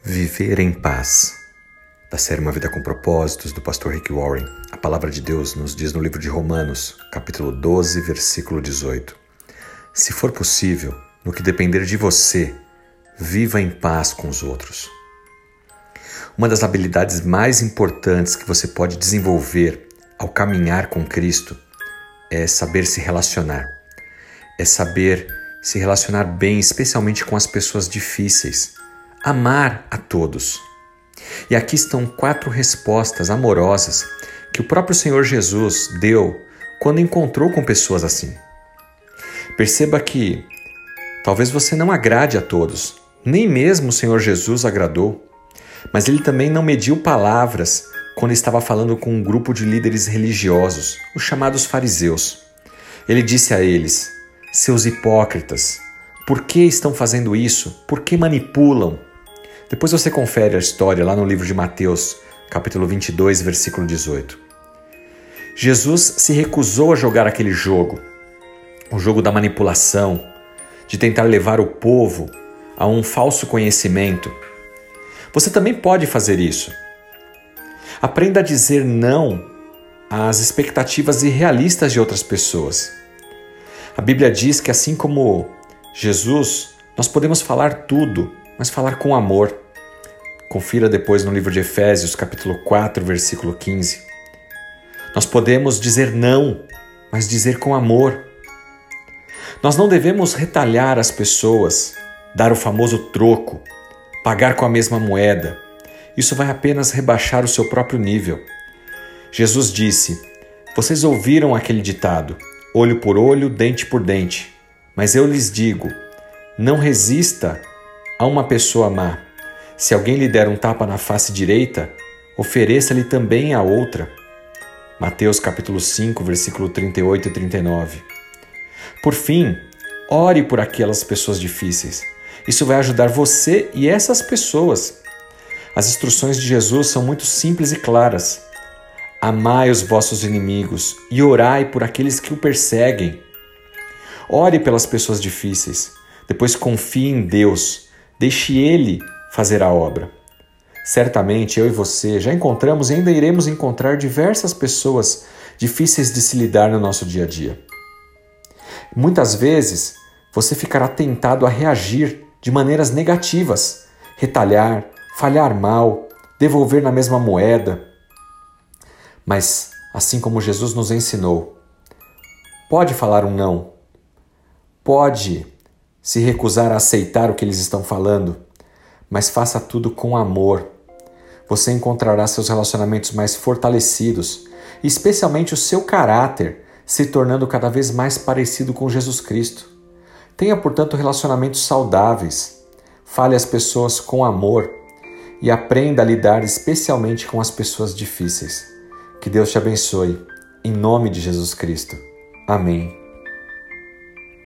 Viver em paz. Da série Uma Vida com Propósitos, do pastor Rick Warren. A palavra de Deus nos diz no livro de Romanos, capítulo 12, versículo 18. Se for possível, no que depender de você, viva em paz com os outros. Uma das habilidades mais importantes que você pode desenvolver ao caminhar com Cristo é saber se relacionar. É saber se relacionar bem, especialmente com as pessoas difíceis. Amar a todos. E aqui estão 4 respostas amorosas que o próprio Senhor Jesus deu quando encontrou com pessoas assim. Perceba que talvez você não agrade a todos, nem mesmo o Senhor Jesus agradou, mas ele também não mediu palavras quando estava falando com um grupo de líderes religiosos, os chamados fariseus. Ele disse a eles: seus hipócritas, por que estão fazendo isso? Por que manipulam? Depois você confere a história lá no livro de Mateus, capítulo 22, versículo 18. Jesus se recusou a jogar aquele jogo, o jogo da manipulação, de tentar levar o povo a um falso conhecimento. Você também pode fazer isso. Aprenda a dizer não às expectativas irrealistas de outras pessoas. A Bíblia diz que assim como Jesus, nós podemos falar tudo, mas falar com amor. Confira depois no livro de Efésios, capítulo 4, versículo 15. Nós podemos dizer não, mas dizer com amor. Nós não devemos retalhar as pessoas, dar o famoso troco, pagar com a mesma moeda. Isso vai apenas rebaixar o seu próprio nível. Jesus disse: vocês ouviram aquele ditado, olho por olho, dente por dente. Mas eu lhes digo, não resista a uma pessoa má. Se alguém lhe der um tapa na face direita, ofereça-lhe também a outra. Mateus capítulo 5, versículo 38 e 39. Por fim, ore por aquelas pessoas difíceis. Isso vai ajudar você e essas pessoas. As instruções de Jesus são muito simples e claras. Amai os vossos inimigos e orai por aqueles que o perseguem. Ore pelas pessoas difíceis. Depois confie em Deus. Deixe Ele fazer a obra. Certamente eu e você já encontramos e ainda iremos encontrar diversas pessoas difíceis de se lidar no nosso dia a dia. Muitas vezes você ficará tentado a reagir de maneiras negativas, retalhar, falhar mal, devolver na mesma moeda. Mas, assim como Jesus nos ensinou, pode falar um não, pode se recusar a aceitar o que eles estão falando, mas faça tudo com amor. Você encontrará seus relacionamentos mais fortalecidos, e especialmente o seu caráter se tornando cada vez mais parecido com Jesus Cristo. Tenha, portanto, relacionamentos saudáveis. Fale às pessoas com amor e aprenda a lidar especialmente com as pessoas difíceis. Que Deus te abençoe. Em nome de Jesus Cristo. Amém.